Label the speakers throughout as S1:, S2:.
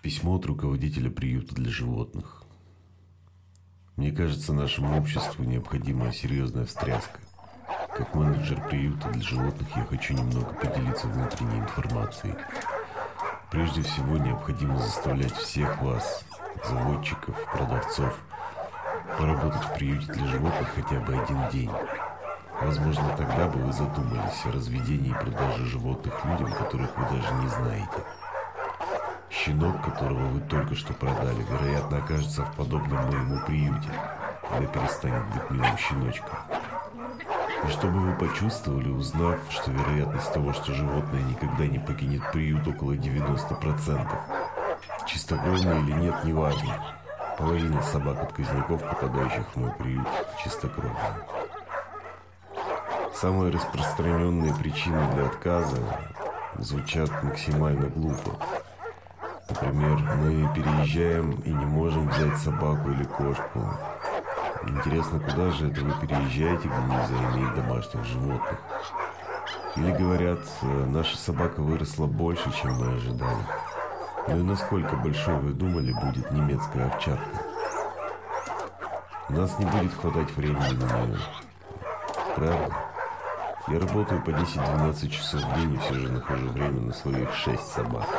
S1: Письмо от руководителя приюта для животных. Мне кажется, нашему обществу необходима серьезная встряска. Как менеджер приюта для животных я хочу немного поделиться внутренней информацией. Прежде всего, необходимо заставлять всех вас, заводчиков, продавцов, поработать в приюте для животных хотя бы один день. Возможно, тогда бы вы задумались о разведении и продаже животных людям, которых вы даже не знаете. Щенок, которого вы только что продали, вероятно, окажется в подобном моему приюте, когда перестанет быть милым щеночком. И чтобы вы почувствовали, узнав, что вероятность того, что животное никогда не покинет приют, около 90%. Чистокровные или нет, неважно. Половина собак-отказников, попадающих в мой приют, чистокровные. Самые распространенные причины для отказа звучат максимально глупо. Например, мы переезжаем и не можем взять собаку или кошку. Интересно, куда же это вы переезжаете, где нельзя иметь домашних животных? Или говорят, наша собака выросла больше, чем мы ожидали. Ну и насколько большой, вы думали, будет немецкая овчарка? У нас не будет хватать времени на нее. Правда? Я работаю по 10-12 часов в день и все же нахожу время на своих 6 собак.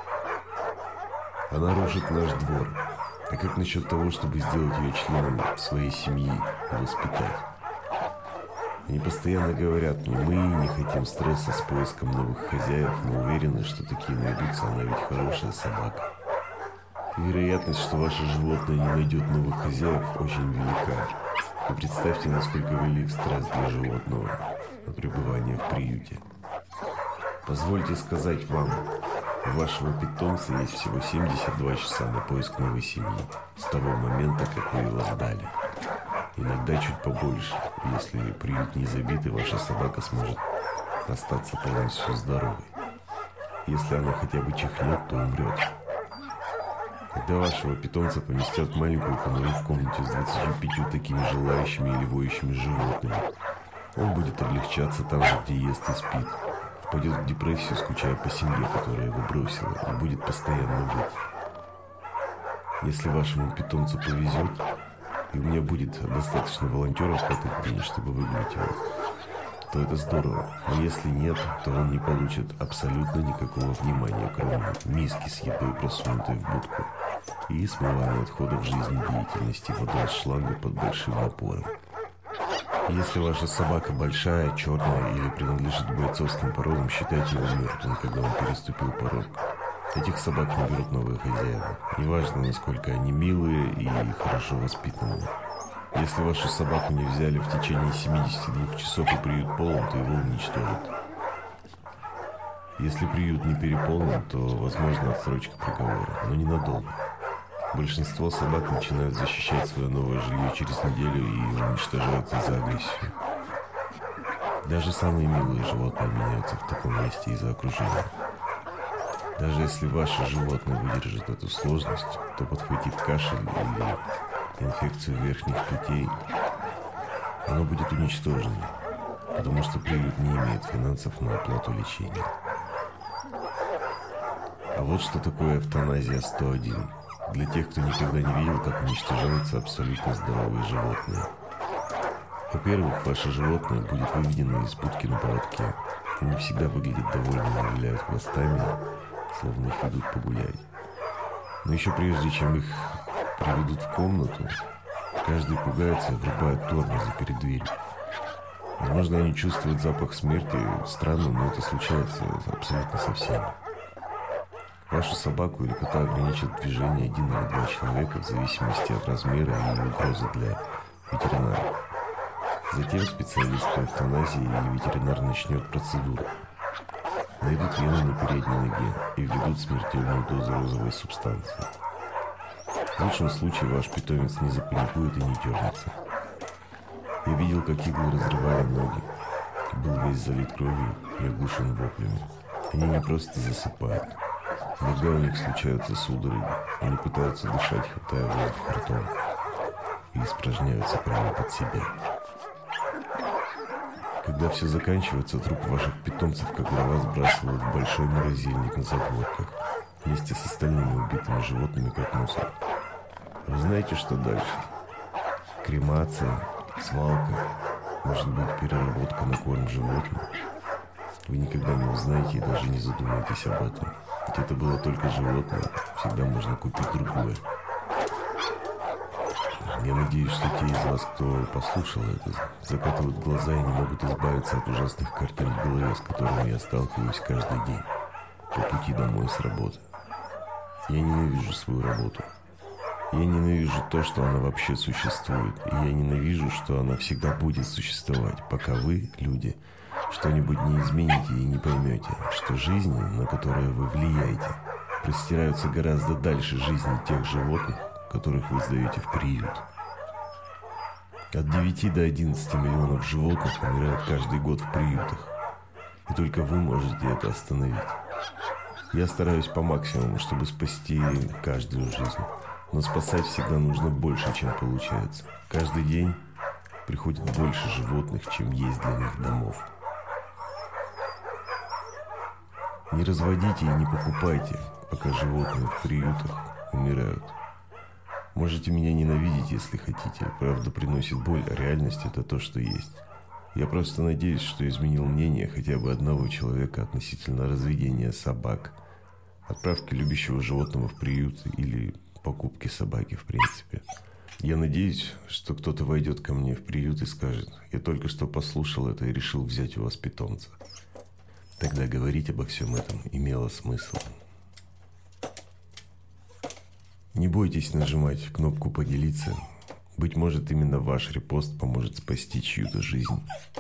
S1: Она рушит наш двор. А как насчет того, чтобы сделать ее членом своей семьи и воспитать? Они постоянно говорят мне, мы не хотим стресса с поиском новых хозяев, но уверены, что такие найдутся, она ведь хорошая собака. И вероятность, что ваше животное не найдет новых хозяев, очень велика. И представьте, насколько велик стресс для животного от пребывания в приюте. Позвольте сказать вам, у вашего питомца есть всего 72 часа на поиск новой семьи с того момента, как вы его сдали. Иногда чуть побольше, если приют не забит, и ваша собака сможет остаться полностью здоровой. Если она хотя бы чихнет, то умрет. Когда вашего питомца поместят в маленькую конуру в комнате с 25 такими желающими или воющими животными, он будет облегчаться там же, где ест и спит. Впадет в депрессию, скучая по семье, которая его бросила, и будет постоянно выть. Если вашему питомцу повезет, и у меня будет достаточно волонтеров в этот день, чтобы выгнать его, то это здорово. А если нет, то он не получит абсолютно никакого внимания, кроме миски с едой, просунутой в будку, и смывания отходов жизнедеятельности водой из шланга под большим напором. Если ваша собака большая, черная или принадлежит к бойцовским породам, считайте его мертвым, когда он переступил порог. Этих собак не берут новые хозяева. Неважно, насколько они милые и хорошо воспитанные. Если вашу собаку не взяли в течение 72 часов и приют полон, то его уничтожат. Если приют не переполнен, то возможна отсрочка приговора, но ненадолго. Большинство собак начинают защищать свое новое жилье через неделю и уничтожаются за агрессию. Даже самые милые животные меняются в таком месте из-за окружения. Даже если ваше животное выдержит эту сложность, то подхватив кашель или инфекцию верхних путей, оно будет уничтожено, потому что приют не имеет финансов на оплату лечения. А вот что такое эвтаназия 101. Для тех, кто никогда не видел, как уничтожаются абсолютно здоровые животные. Во-первых, ваше животное будет выведено из будки на поводке. Они всегда выглядят довольными, виляют хвостами, словно их ведут погулять. Но еще прежде, чем их приведут в комнату, каждый пугается и врубает тормозы перед дверью. Возможно, они чувствуют запах смерти. Странно, но это случается абсолютно со всеми. Вашу собаку или кота ограничат движение 1 или 2 человека в зависимости от размера и угрозы для ветеринара. Затем специалист по эвтаназии или ветеринар начнет процедуру. Найдут вену на передней ноге и введут смертельную дозу розовой субстанции. В лучшем случае ваш питомец не запаникует и не дернется. Я видел, как иглы разрывали ноги. Был весь залит кровью и оглушен воплями. Они не просто засыпают. Иногда у них случаются судороги. Они пытаются дышать, хватая воздух ртом, и испражняются прямо под себя. Когда все заканчивается, труп ваших питомцев, как дрова, сбрасывают в большой морозильник на задворках. вместе с остальными убитыми животными, как мусор. Вы знаете, что дальше? Кремация, свалка, может быть, переработка на корм животным. Вы никогда не узнаете и даже не задумаетесь об этом. Ведь это было только животное, всегда можно купить другое. Я надеюсь, что те из вас, кто послушал это, закатывают глаза и не могут избавиться от ужасных картин в голове, с которыми я сталкиваюсь каждый день по пути домой с работы. Я ненавижу свою работу. Я ненавижу то, что она вообще существует. И я ненавижу, что она всегда будет существовать, пока вы, люди, что-нибудь не измените и не поймете, что жизни, на которые вы влияете, простираются гораздо дальше жизни тех животных, которых вы сдаете в приют. От 9 до 11 миллионов животных умирают каждый год в приютах. И только вы можете это остановить. Я стараюсь по максимуму, чтобы спасти каждую жизнь. Но спасать всегда нужно больше, чем получается. Каждый день приходит больше животных, чем есть для них домов. Не разводите и не покупайте, пока животные в приютах умирают. Можете меня ненавидеть, если хотите. Правда приносит боль, а реальность — это то, что есть. Я просто надеюсь, что изменил мнение хотя бы одного человека относительно разведения собак, отправки любящего животного в приют или покупки собаки в принципе. Я надеюсь, что кто-то войдет ко мне в приют и скажет: «Я только что послушал это и решил взять у вас питомца». Тогда говорить обо всем этом имело смысл. Не бойтесь нажимать кнопку «Поделиться». Быть может, именно ваш репост поможет спасти чью-то жизнь.